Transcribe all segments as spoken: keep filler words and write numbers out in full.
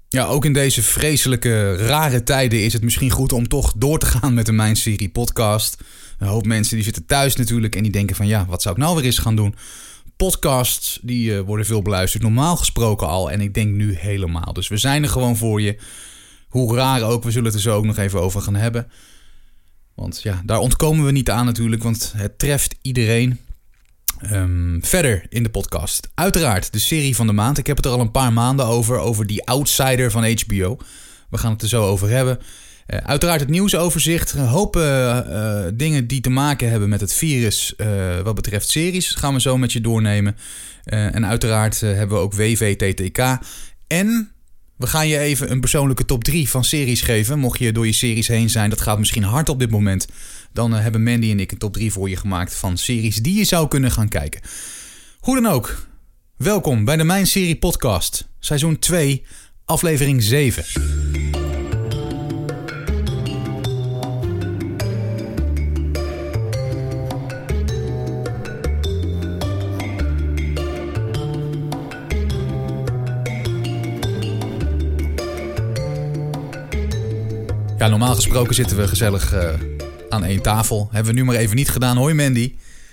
Ja, ook in deze vreselijke, rare tijden is het misschien goed om toch door te gaan met de Mijn Serie podcast. Een hoop mensen die zitten thuis natuurlijk en die denken van ja, wat zou ik nou weer eens gaan doen? Podcasts, die uh, worden veel beluisterd, normaal gesproken al. En ik denk nu helemaal. Dus we zijn er gewoon voor je. Hoe raar ook, we zullen het er zo ook nog even over gaan hebben. Want ja, daar ontkomen we niet aan natuurlijk, want het treft iedereen. Um, verder in de podcast. Uiteraard de serie van de maand. Ik heb het er al een paar maanden over. Over die Outsider van H B O. We gaan het er zo over hebben. Uh, uiteraard het nieuwsoverzicht. Een hoop uh, uh, dingen die te maken hebben met het virus. Uh, wat betreft series. Dat gaan we zo met je doornemen. Uh, en uiteraard uh, hebben we ook W V T T K. En we gaan je even een persoonlijke top drie van series geven. Mocht je door je series heen zijn. Dat gaat misschien hard op dit moment. Dan uh, hebben Mandy en ik een top drie voor je gemaakt van series die je zou kunnen gaan kijken. Hoe dan ook. Welkom bij de Mijn Serie podcast. Seizoen twee, aflevering zeven. Ja, normaal gesproken zitten we gezellig uh, aan één tafel. Hebben we nu maar even niet gedaan. Hoi Mandy.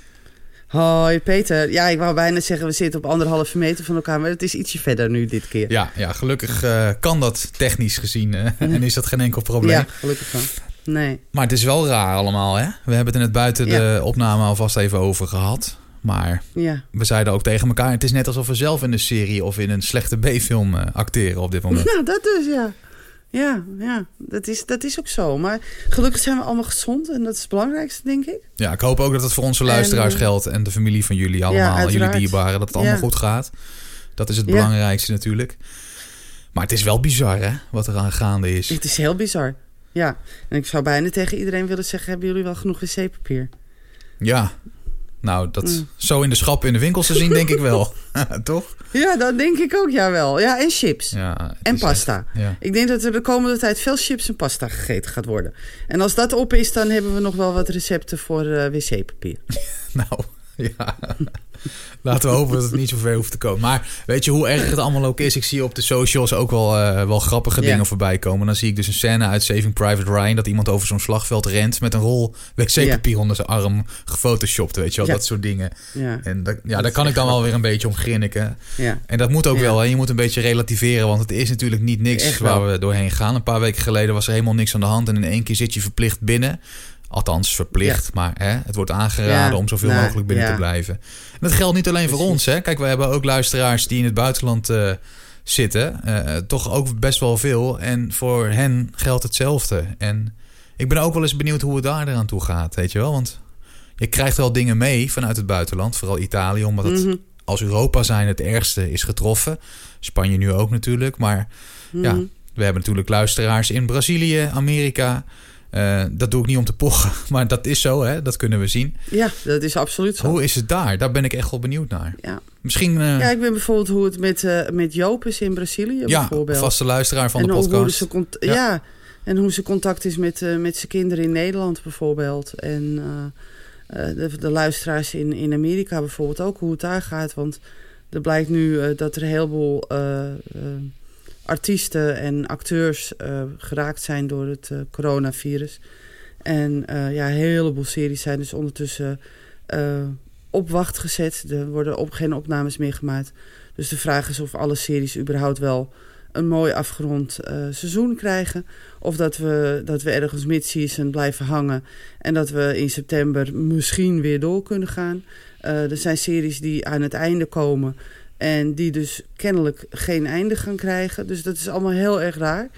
Hoi Peter. Ja, ik wou bijna zeggen we zitten op anderhalve meter van elkaar. Maar het is ietsje verder nu dit keer. Ja, ja gelukkig uh, kan dat technisch gezien. Uh, en is dat geen enkel probleem. Ja, gelukkig wel. Nee. Maar het is wel raar allemaal, hè? We hebben het er net buiten ja. de opname alvast even over gehad. Maar ja. we zeiden ook tegen elkaar... het is net alsof we zelf in een serie of in een slechte B-film uh, acteren op dit moment. Nou, dat dus, ja. Ja, ja dat, is, dat is ook zo. Maar gelukkig zijn we allemaal gezond en dat is het belangrijkste, denk ik. Ja, ik hoop ook dat het voor onze luisteraars en, geldt en de familie van jullie allemaal, ja, jullie dierbaren, dat het allemaal ja. goed gaat. Dat is het ja. belangrijkste natuurlijk. Maar het is wel bizar, hè, wat er aan gaande is. Het is heel bizar, ja. En ik zou bijna tegen iedereen willen zeggen, hebben jullie wel genoeg wc-papier? Ja, nou, dat mm. zo in de schappen in de winkels te zien, denk ik wel. Toch? Ja, dat denk ik ook, jawel. Ja, en chips. Ja, en pasta. Echt, ja. Ik denk dat er de komende tijd veel chips en pasta gegeten gaat worden. En als dat op is, dan hebben we nog wel wat recepten voor uh, wc-papier. Nou, ja. Laten we hopen dat het niet zo ver hoeft te komen. Maar weet je hoe erg het allemaal ook is? Ik zie op de socials ook wel, uh, wel grappige dingen ja. voorbij komen. Dan zie ik dus een scène uit Saving Private Ryan... dat iemand over zo'n slagveld rent met een rol wc-papier ja. onder zijn arm gefotoshopt. Weet je wel, ja. dat soort dingen. Ja. En dat, ja, daar kan ik dan wel weer een beetje om grinniken. Ja. En dat moet ook ja. wel. Hè? Je moet een beetje relativeren, want het is natuurlijk niet niks waar we doorheen gaan. Een paar weken geleden was er helemaal niks aan de hand... en in één keer zit je verplicht binnen... Althans, verplicht, ja. maar hè, het wordt aangeraden ja, om zoveel nou, mogelijk binnen ja. te blijven. En dat geldt niet alleen voor Precies. ons. Hè. Kijk, we hebben ook luisteraars die in het buitenland uh, zitten. Uh, toch ook best wel veel. En voor hen geldt hetzelfde. En ik ben ook wel eens benieuwd hoe het daar eraan toe gaat, weet je wel. Want je krijgt wel dingen mee vanuit het buitenland. Vooral Italië, omdat het mm-hmm. als Europa zijn het ergste is getroffen. Spanje nu ook natuurlijk. Maar mm-hmm. ja, we hebben natuurlijk luisteraars in Brazilië, Amerika... Uh, dat doe ik niet om te pochen, maar dat is zo, hè? Dat kunnen we zien. Ja, dat is absoluut zo. Hoe is het daar? Daar ben ik echt wel benieuwd naar. Ja. Misschien. Uh... Ja, ik ben bijvoorbeeld hoe het met, uh, met Joop is in Brazilië. Ja, bijvoorbeeld. Vaste luisteraar van en de podcast. Hoe ze cont- ja. ja, en hoe ze contact is met, uh, met zijn kinderen in Nederland bijvoorbeeld. En uh, uh, de, de luisteraars in, in Amerika bijvoorbeeld ook, hoe het daar gaat. Want er blijkt nu uh, dat er een heleboel... Uh, uh, artiesten en acteurs uh, geraakt zijn door het uh, coronavirus. En uh, ja, een heleboel series zijn dus ondertussen uh, op wacht gezet. Er worden op, geen opnames meer gemaakt. Dus de vraag is of alle series überhaupt wel een mooi afgerond uh, seizoen krijgen. Of dat we, dat we ergens mid-season blijven hangen. En dat we in september misschien weer door kunnen gaan. Uh, er zijn series die aan het einde komen... En die dus kennelijk geen einde gaan krijgen. Dus dat is allemaal heel erg raar.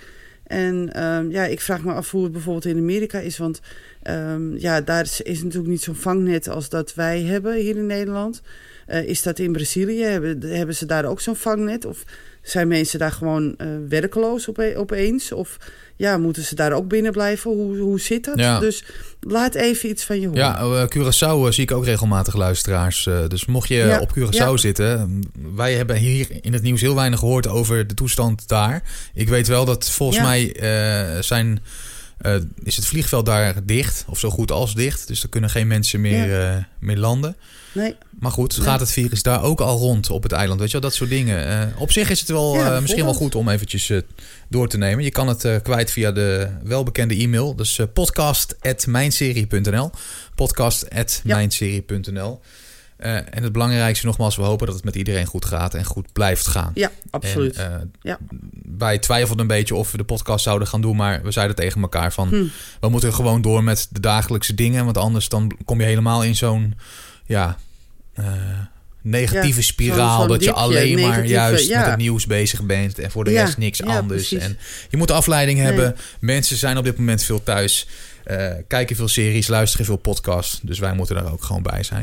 En um, ja, ik vraag me af hoe het bijvoorbeeld in Amerika is. Want um, ja, daar is, is natuurlijk niet zo'n vangnet als dat wij hebben hier in Nederland. Uh, is dat in Brazilië? Hebben, hebben ze daar ook zo'n vangnet? Of zijn mensen daar gewoon uh, werkeloos ope- opeens? Of ja, moeten ze daar ook binnen blijven? Hoe, hoe zit dat? Ja. Dus laat even iets van je horen. Ja, uh, Curaçao uh, zie ik ook regelmatig luisteraars. Uh, dus mocht je ja. op Curaçao ja. zitten... Wij hebben hier in het nieuws heel weinig gehoord over de toestand daar. Ik weet wel dat volgens ja. mij uh, zijn... uh, is het vliegveld daar dicht, of zo goed als dicht. Dus er kunnen geen mensen meer, ja. uh, meer landen. Nee. Maar goed, nee. gaat het virus daar ook al rond op het eiland? Weet je wel, dat soort dingen. Uh, op zich is het wel ja, uh, misschien wel goed om eventjes uh, door te nemen. Je kan het uh, kwijt via de welbekende e-mail. Dus uh, podcast at mijnserie punt n l. podcast at mijnserie punt n l. Uh, en het belangrijkste nogmaals, we hopen dat het met iedereen goed gaat en goed blijft gaan. Ja, absoluut. En, uh, ja. Wij twijfelden een beetje of we de podcast zouden gaan doen, maar we zeiden tegen elkaar van... Hm. we moeten gewoon door met de dagelijkse dingen, want anders dan kom je helemaal in zo'n ja, uh, negatieve ja, spiraal. Zo'n, zo'n dat dipje, je alleen maar juist ja. met het nieuws bezig bent en voor de ja, rest niks ja, anders. Precies. En je moet afleiding hebben. Nee. Mensen zijn op dit moment veel thuis, uh, kijken veel series, luisteren veel podcasts. Dus wij moeten daar ook gewoon bij zijn.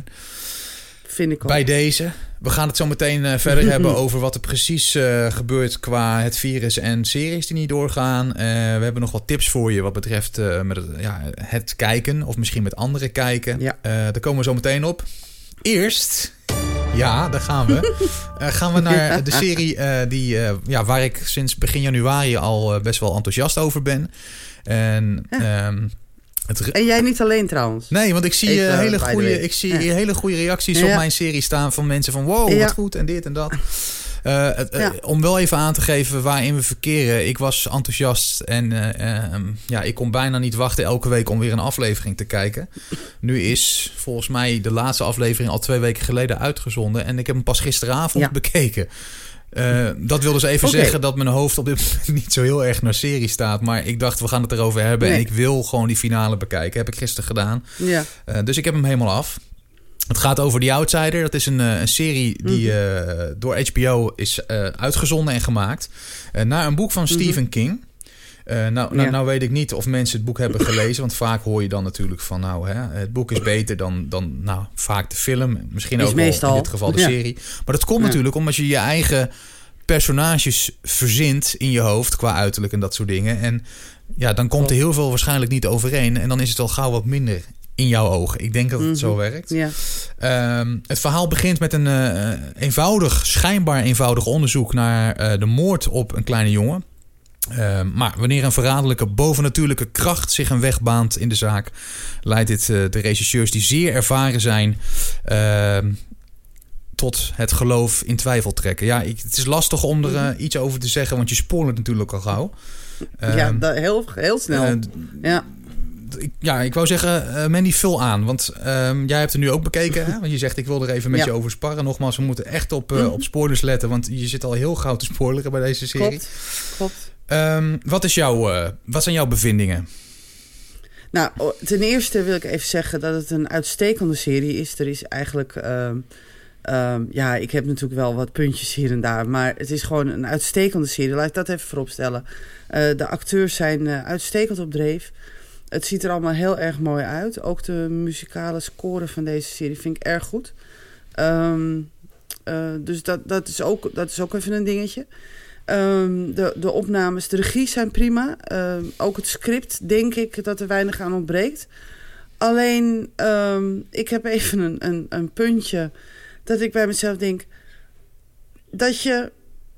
Vind ik ook. Bij deze. We gaan het zo meteen uh, verder hebben over wat er precies uh, gebeurt qua het virus en series die niet doorgaan. Uh, we hebben nog wat tips voor je wat betreft uh, met het, ja, het kijken of misschien met anderen kijken. Ja. Uh, daar komen we zo meteen op. Eerst, ja, daar gaan we. uh, gaan we naar de serie uh, die, uh, ja, waar ik sinds begin januari al uh, best wel enthousiast over ben. En... Ja. Um, Het... En jij niet alleen trouwens. Nee, want ik zie, Even, uh, hele, goede, ik zie ja. hele goede reacties ja. op mijn serie staan van mensen van wow, ja. wat goed en dit en dat. Uh, het, ja. uh, om wel even aan te geven waarin we verkeren. Ik was enthousiast en uh, uh, um, ja, ik kon bijna niet wachten elke week om weer een aflevering te kijken. Nu is volgens mij de laatste aflevering al twee weken geleden uitgezonden en ik heb hem pas gisteravond ja. bekeken. Uh, dat wil dus even okay. zeggen dat mijn hoofd op dit moment niet zo heel erg naar serie staat. Maar ik dacht, we gaan het erover hebben. Nee. En ik wil gewoon die finale bekijken. Heb ik gisteren gedaan. Ja. Uh, dus ik heb hem helemaal af. Het gaat over The Outsider. Dat is een, een serie die mm-hmm. uh, door H B O is uh, uitgezonden en gemaakt. Uh, naar een boek van mm-hmm. Stephen King. Uh, nou, nou, ja. nou weet ik niet of mensen het boek hebben gelezen. Want vaak hoor je dan natuurlijk van... nou, hè, het boek is beter dan, dan nou, vaak de film. Misschien is ook meestal. Wel in dit geval de ja. serie. Maar dat komt ja. natuurlijk omdat je je eigen personages verzint in je hoofd... qua uiterlijk en dat soort dingen. En ja, dan komt er heel veel waarschijnlijk niet overeen. En dan is het al gauw wat minder in jouw ogen. Ik denk dat het mm-hmm. zo werkt. Ja. Um, het verhaal begint met een uh, eenvoudig, schijnbaar eenvoudig onderzoek... naar uh, de moord op een kleine jongen. Uh, maar wanneer een verraderlijke bovennatuurlijke kracht zich een weg baant in de zaak... leidt dit uh, de regisseurs die zeer ervaren zijn... Uh, tot het geloof in twijfel trekken. Ja, ik, het is lastig om er uh, iets over te zeggen... want je spoort natuurlijk al gauw. Uh, ja, dat, heel, heel snel. Uh, ja. Ik, ja, ik wou zeggen, uh, Mandy, vul aan. Want um, jij hebt er nu ook bekeken. Hè? Want je zegt, ik wil er even met ja. je over sparren. Nogmaals, we moeten echt op, uh, op spoilers letten... want je zit al heel gauw te spoileren bij deze serie. Klopt, klopt. Um, wat, is jouw, uh, wat zijn jouw bevindingen? Nou, ten eerste wil ik even zeggen dat het een uitstekende serie is. Er is eigenlijk... Uh, um, ja, ik heb natuurlijk wel wat puntjes hier en daar... maar het is gewoon een uitstekende serie. Laat ik dat even vooropstellen. Uh, de acteurs zijn uh, uitstekend op dreef. Het ziet er allemaal heel erg mooi uit. Ook de muzikale score van deze serie vind ik erg goed. Um, uh, dus dat, dat, is ook, dat is ook even een dingetje. Um, de, de opnames, de regie zijn prima. Um, ook het script, denk ik, dat er weinig aan ontbreekt. Alleen, um, ik heb even een, een, een puntje... dat ik bij mezelf denk... dat je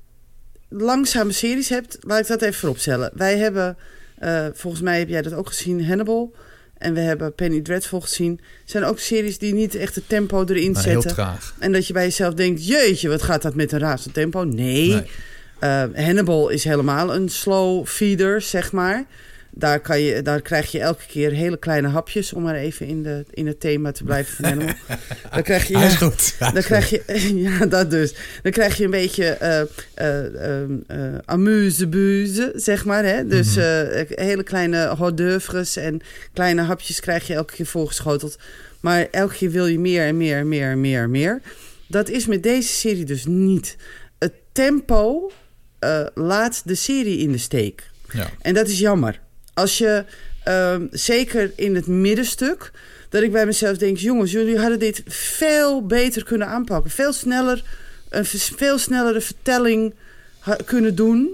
langzame series hebt. Laat ik dat even vooropstellen. Wij hebben, uh, volgens mij heb jij dat ook gezien, Hannibal... en we hebben Penny Dreadful gezien. Zijn ook series die niet echt het tempo erin maar zetten. Heel traag. En dat je bij jezelf denkt... jeetje, wat gaat dat met een razend tempo? Nee... nee. Uh, Hannibal is helemaal een slow feeder, zeg maar. Daar, kan je, daar krijg je elke keer hele kleine hapjes... om maar even in, de, in het thema te blijven van Hannibal. Dan krijg je, ja, Hij is goed. Hij dan is krijg goed. je, ja, dat dus. Dan krijg je een beetje uh, uh, uh, uh, amuse-buse, zeg maar. Hè? Dus mm-hmm. uh, hele kleine hors d'oeuvres en kleine hapjes krijg je elke keer voorgeschoteld. Maar elke keer wil je meer en meer en meer en meer en meer. Dat is met deze serie dus niet. Het tempo... Uh, laat de serie in de steek. Ja. En dat is jammer. Als je, uh, zeker in het middenstuk... dat ik bij mezelf denk... jongens, jullie hadden dit veel beter kunnen aanpakken. Veel sneller, een veel snellere vertelling ha- kunnen doen.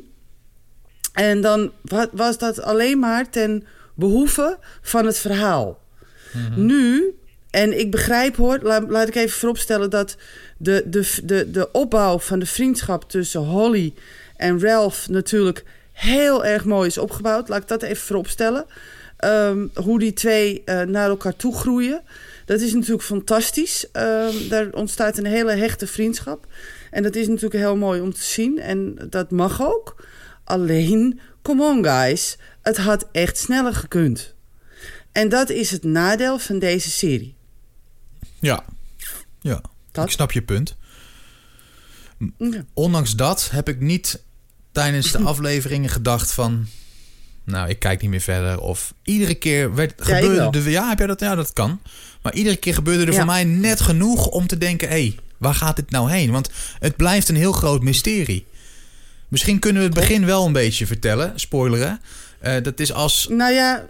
En dan wa- was dat alleen maar ten behoeve van het verhaal. Mm-hmm. Nu... En ik begrijp, hoor, laat, laat ik even vooropstellen... dat de, de, de, de opbouw van de vriendschap tussen Holly en Ralph natuurlijk heel erg mooi is opgebouwd. Laat ik dat even vooropstellen. Um, hoe die twee uh, naar elkaar toe groeien. Dat is natuurlijk fantastisch. Um, daar ontstaat een hele hechte vriendschap. En dat is natuurlijk heel mooi om te zien. En dat mag ook. Alleen, come on guys. Het had echt sneller gekund. En dat is het nadeel van deze serie. Ja, ja. Dat? Ik snap je punt. Ja. Ondanks dat heb ik niet tijdens de afleveringen gedacht van... nou, ik kijk niet meer verder. Of iedere keer werd, Ja, gebeurde... De, ja, heb jij dat? Ja, dat kan. Maar iedere keer gebeurde er Ja. voor mij net genoeg om te denken... hé, hey, waar gaat dit nou heen? Want het blijft een heel groot mysterie. Misschien kunnen we het begin wel een beetje vertellen. Spoileren. Uh, dat is als... Nou ja...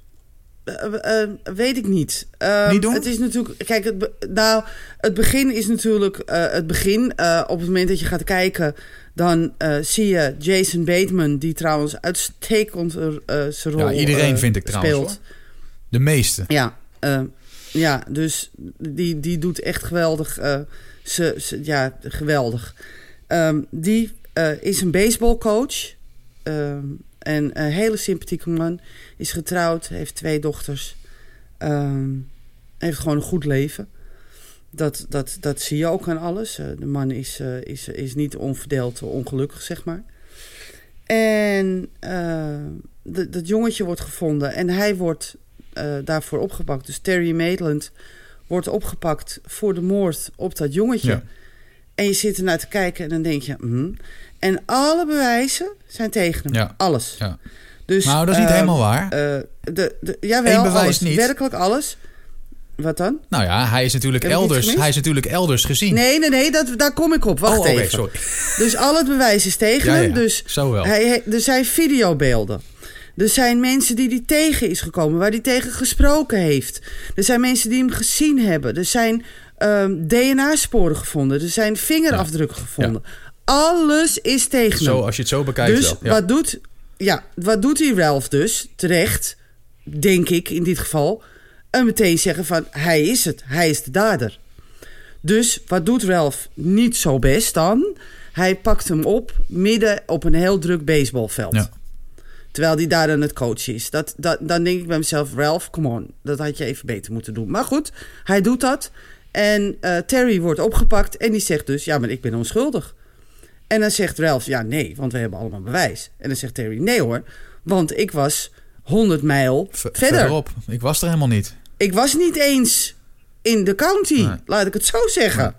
Uh, uh, weet ik niet. Uh, Niet doen? Het is natuurlijk... Kijk, het, be- nou, het begin is natuurlijk uh, het begin. Uh, op het moment dat je gaat kijken... dan uh, zie je Jason Bateman... die trouwens uitstekend uh, zijn rol Ja, iedereen uh, vind ik trouwens. speelt. Hoor. De meeste. Ja, uh, ja, dus die, die doet echt geweldig. Uh, ze, ze, ja, geweldig. Um, die uh, is een baseballcoach. Um, en een hele sympathieke man. Is getrouwd, heeft twee dochters. Um, heeft gewoon een goed leven. Dat, dat, dat zie je ook aan alles. Uh, de man is, uh, is, is niet onverdeeld ongelukkig, zeg maar. En uh, de, dat jongetje wordt gevonden. En hij wordt uh, daarvoor opgepakt. Dus Terry Maitland wordt opgepakt voor de moord op dat jongetje. Ja. En je zit ernaar te kijken en dan denk je... Mm. En alle bewijzen zijn tegen hem. Ja. Alles. Ja. Dus, Nou, dat is niet uh, helemaal waar. Uh, de, de, jawel, Eén bewijs alles. niet. Werkelijk alles. Wat dan? Nou ja, hij is natuurlijk, Heb ik iets elders, gemist? hij is natuurlijk elders gezien. Nee, nee, nee, dat, daar kom ik op. Wacht oh, oké, even. sorry. Dus al het bewijs is tegen Ja, hem. ja, Dus zo wel. hij, hij- er zijn videobeelden. Er zijn mensen die die tegen is gekomen, waar hij tegen gesproken heeft. Er zijn mensen die hem gezien hebben. Er zijn um, D N A-sporen gevonden. Er zijn vingerafdrukken gevonden. Alles is tegen Zo, hem. als je het zo bekijkt Dus wel. Ja. wat, doet, ja, wat doet die Ralph dus? Terecht, denk ik in dit geval. En meteen zeggen van, hij is het. Hij is de dader. Dus wat doet Ralph niet zo best dan? Hij pakt hem op midden op een heel druk baseballveld. Ja. Terwijl hij daar aan het coachen is. Dat, dat, dan denk ik bij mezelf, Ralph, come on. Dat had je even beter moeten doen. Maar goed, hij doet dat. En uh, Terry wordt opgepakt en die zegt dus, ja, maar ik ben onschuldig. En dan zegt Ralph, ja, nee, want we hebben allemaal bewijs. En dan zegt Terry, nee hoor, want ik was honderd mijl V- verder. Verderop. Ik was er helemaal niet. Ik was niet eens in de county, Nee. laat ik het zo zeggen.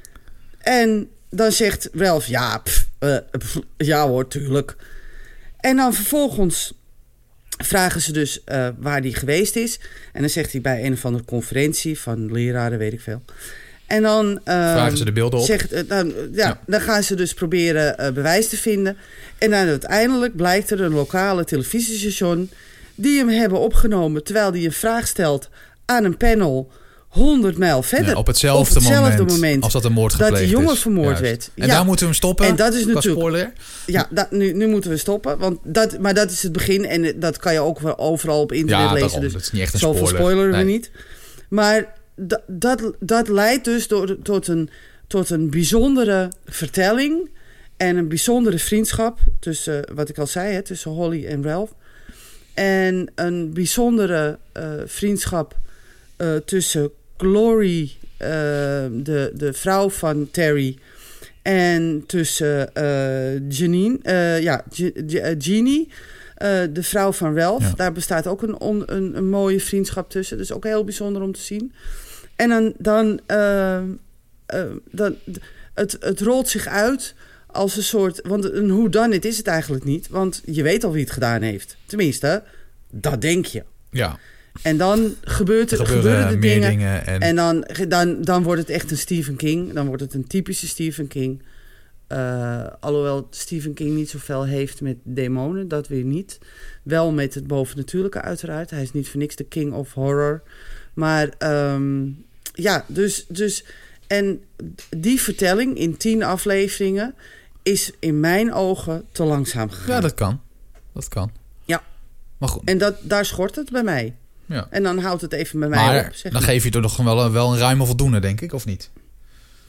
En dan zegt Ralph, ja, pff, uh, pff, ja hoor, tuurlijk. En dan vervolgens vragen ze dus uh, waar hij geweest is. En dan zegt hij bij een of andere conferentie van leraren, weet ik veel. En dan uh, Vragen ze de beelden op. Zegt, uh, dan, uh, ja, Ja. dan gaan ze dus proberen uh, bewijs te vinden. En dan uiteindelijk blijkt er een lokale televisiestation die hem hebben opgenomen terwijl hij een vraag stelt aan een panel honderd mijl verder. Ja, op hetzelfde, op hetzelfde moment, moment als dat een moord dat gepleegd die jongen is. vermoord Juist. werd. En Ja. daar moeten we hem stoppen. En dat is Qua natuurlijk- spoiler. Ja, dat, nu, nu moeten we stoppen. Want dat, maar dat is het begin. En dat kan je ook wel overal op internet Ja, lezen. daarom. Dus Dat is niet echt een zoveel spoiler. spoileren we Nee. niet. Maar dat, dat, dat leidt dus door, tot, een, tot een bijzondere vertelling. En een bijzondere vriendschap. Tussen, wat ik al zei, hè, tussen Holly en Ralph. En een bijzondere uh, vriendschap uh, tussen Glory, uh, de, de vrouw van Terry, en tussen uh, Janine, uh, ja, G- G- uh, Jeannie, uh, de vrouw van Ralph. Ja. Daar bestaat ook een, on, een, een mooie vriendschap tussen. Dus ook heel bijzonder om te zien. En dan, dan, uh, uh, dan het, het rolt zich uit als een soort, want een whodunit is het eigenlijk niet, want je weet al wie het gedaan heeft. Tenminste, dat denk je. Ja, En dan gebeurt er er, gebeuren gebeuren er meer dingen. dingen. en, En dan, dan, dan wordt het echt een Stephen King. Dan wordt het een typische Stephen King. Uh, alhoewel Stephen King niet zoveel heeft met demonen, dat weer niet. Wel met het bovennatuurlijke uiteraard. Hij is niet voor niks de King of Horror. Maar um, ja, dus, dus... En die vertelling in tien afleveringen is in mijn ogen te langzaam gegaan. ja, dat kan. Dat kan. Ja. Maar goed. En dat, daar schort het bij mij. Ja. En dan houdt het even bij mij Maar op. Zeg dan maar. geef je toch nog wel een, wel een ruime voldoende, denk ik, of niet?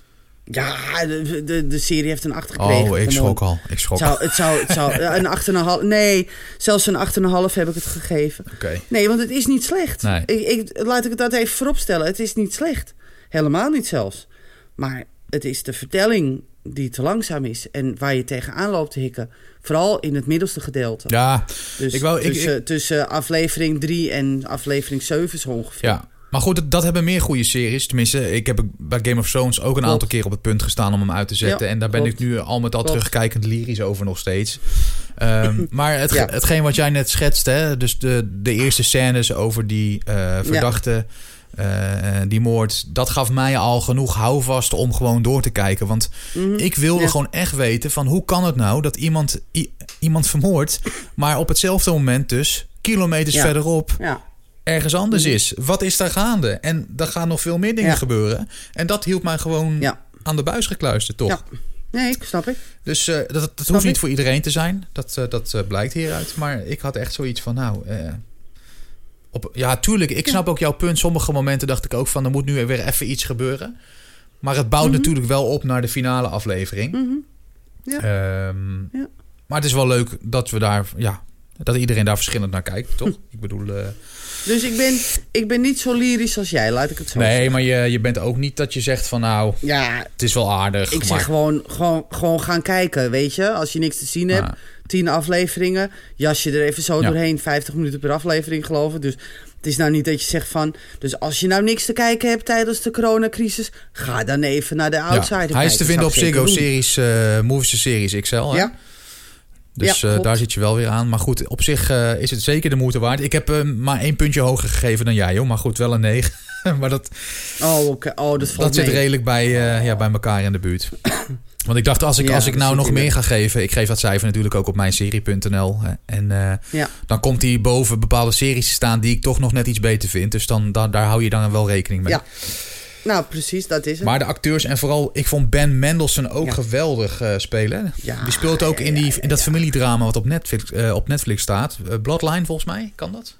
Ja, de, de, de serie heeft een acht gekregen. Oh, ik schrok al. Ik schrok het zou, het zou, het zou een acht komma vijf. Nee, zelfs een acht komma vijf heb ik het gegeven. Okay. Nee, want het is niet slecht. Nee. Ik, ik, laat ik het dat even vooropstellen. Het is niet slecht. Helemaal niet zelfs. Maar het is de vertelling die te langzaam is en waar je tegenaan loopt te hikken. Vooral in het middelste gedeelte. Ja, dus ik wou, tussen, ik, ik, tussen aflevering drie en aflevering zeven zo ongeveer. Ja. Maar goed, dat, dat hebben meer goede series. Tenminste, ik heb bij Game of Thrones ook een klopt. aantal keer op het punt gestaan om hem uit te zetten. Ja, en daar klopt. ben ik nu al met al klopt. terugkijkend lyrisch over nog steeds. Um, maar het, ja. hetgeen wat jij net schetst, hè, dus de, de eerste scènes over die uh, verdachte, ja. uh, die moord, dat gaf mij al genoeg houvast om gewoon door te kijken. Want mm-hmm. ik wilde ja. gewoon echt weten van hoe kan het nou dat iemand, i, iemand vermoordt, maar op hetzelfde moment dus kilometers ja. verderop... Ja. ergens anders is. Wat is daar gaande? En daar gaan nog veel meer dingen ja. gebeuren. En dat hield mij gewoon ja. aan de buis gekluisterd, toch? Ja. Nee, ik snap ik. Dus uh, dat, dat hoeft niet voor iedereen te zijn. Dat, uh, dat uh, blijkt hieruit. Maar ik had echt zoiets van, nou... Uh, op, ja, tuurlijk, ik snap ook jouw punt. Sommige momenten dacht ik ook van, er moet nu weer even iets gebeuren. Maar het bouwt mm-hmm. natuurlijk wel op naar de finale aflevering. Mm-hmm. Ja. Um, ja. Maar het is wel leuk dat we daar... ja, dat iedereen daar verschillend naar kijkt, toch? Ik bedoel... Uh, Dus ik ben, ik ben niet zo lyrisch als jij, laat ik het zo nee, zeggen. Nee, maar je, je bent ook niet dat je zegt van nou, ja, het is wel aardig. Ik maar... zeg gewoon, gewoon, gewoon gaan kijken, weet je. Als je niks te zien hebt, ja. tien afleveringen, jas je er even zo ja. doorheen. vijftig minuten per aflevering geloof ik. Dus het is nou niet dat je zegt van... Dus als je nou niks te kijken hebt tijdens de coronacrisis... ga dan even naar de Outsider ja. kijken. Hij is te vinden op Ziggo Series, uh, Movies Series X L. Hè? Ja. Dus ja, uh, daar zit je wel weer aan. Maar goed, op zich uh, is het zeker de moeite waard. Ik heb uh, maar één puntje hoger gegeven dan jij, hoor. Maar goed, wel een negen. maar dat, oh, okay. oh, dat, dat zit redelijk bij, uh, ja, bij elkaar in de buurt. Want ik dacht, als ik, ja, als ik nou nog meer ga geven... Ik geef dat cijfer natuurlijk ook op mijn serie punt n l. En uh, ja. dan komt hij boven bepaalde series te staan... die ik toch nog net iets beter vind. Dus dan, da, daar hou je dan wel rekening mee. Ja. Nou, precies, dat is het. Maar de acteurs en vooral, ik vond Ben Mendelsohn ook ja. geweldig uh, spelen. Ja, die speelt ook in, die, in dat familiedrama wat op Netflix, uh, op Netflix staat. Uh, Bloodline, volgens mij, kan dat?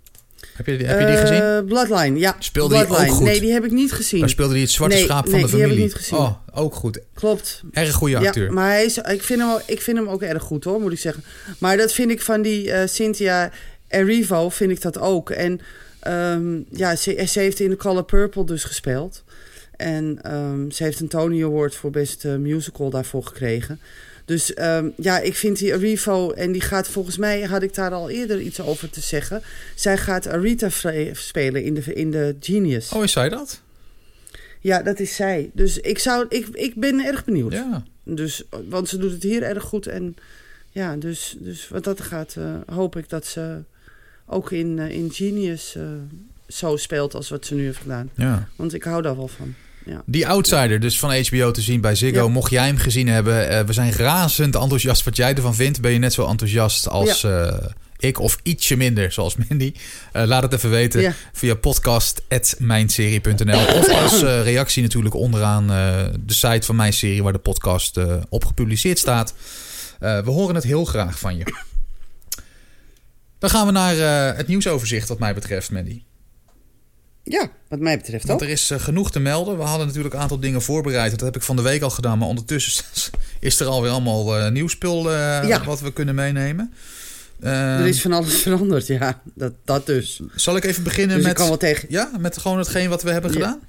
Heb je, heb je die gezien? Uh, Bloodline, ja. Speelde Bloodline. hij ook goed? Nee, die heb ik niet gezien. Daar speelde hij het zwarte nee, schaap van nee, de familie. Nee, die heb ik niet gezien. Oh, ook goed. Klopt. Erg goede acteur. Ja, maar hij is, ik, vind hem ook, ik vind hem ook erg goed, hoor, moet ik zeggen. Maar dat vind ik van die uh, Cynthia Erivo, vind ik dat ook. En um, ja, ze, ze heeft in The Color Purple dus gespeeld. En um, ze heeft een Tony Award voor beste musical daarvoor gekregen. Dus um, ja, ik vind die Erivo... en die gaat volgens mij, had ik daar al eerder iets over te zeggen... zij gaat Arita spelen in de, in de Genius. Oh, is zij dat? Ja, dat is zij. Dus ik, zou, ik, ik ben erg benieuwd. Ja. Dus, want ze doet het hier erg goed. En ja, dus, dus wat dat gaat, uh, hoop ik dat ze ook in, uh, in Genius... Uh, zo speelt als wat ze nu heeft gedaan. Ja. Want ik hou daar wel van. Ja. Die Outsider, dus van H B O te zien bij Ziggo. Ja. Mocht jij hem gezien hebben, uh, we zijn razend enthousiast wat jij ervan vindt. Ben je net zo enthousiast als ja. uh, ik of ietsje minder, zoals Mandy? Uh, laat het even weten ja. via podcast at mijnserie punt n l of als uh, reactie natuurlijk onderaan uh, de site van Mijn Serie waar de podcast uh, op gepubliceerd staat. Uh, we horen het heel graag van je. Dan gaan we naar uh, het nieuwsoverzicht wat mij betreft, Mandy. Ja, wat mij betreft Want ook. er is uh, genoeg te melden. We hadden natuurlijk een aantal dingen voorbereid. Dat heb ik van de week al gedaan. Maar ondertussen is er alweer allemaal uh, nieuwspul uh, ja. wat we kunnen meenemen. Uh, er is van alles veranderd, ja. Dat, dat dus. Zal ik even beginnen dus met... Ik kan wel tegen... Ja, met gewoon hetgeen wat we hebben ja. gedaan?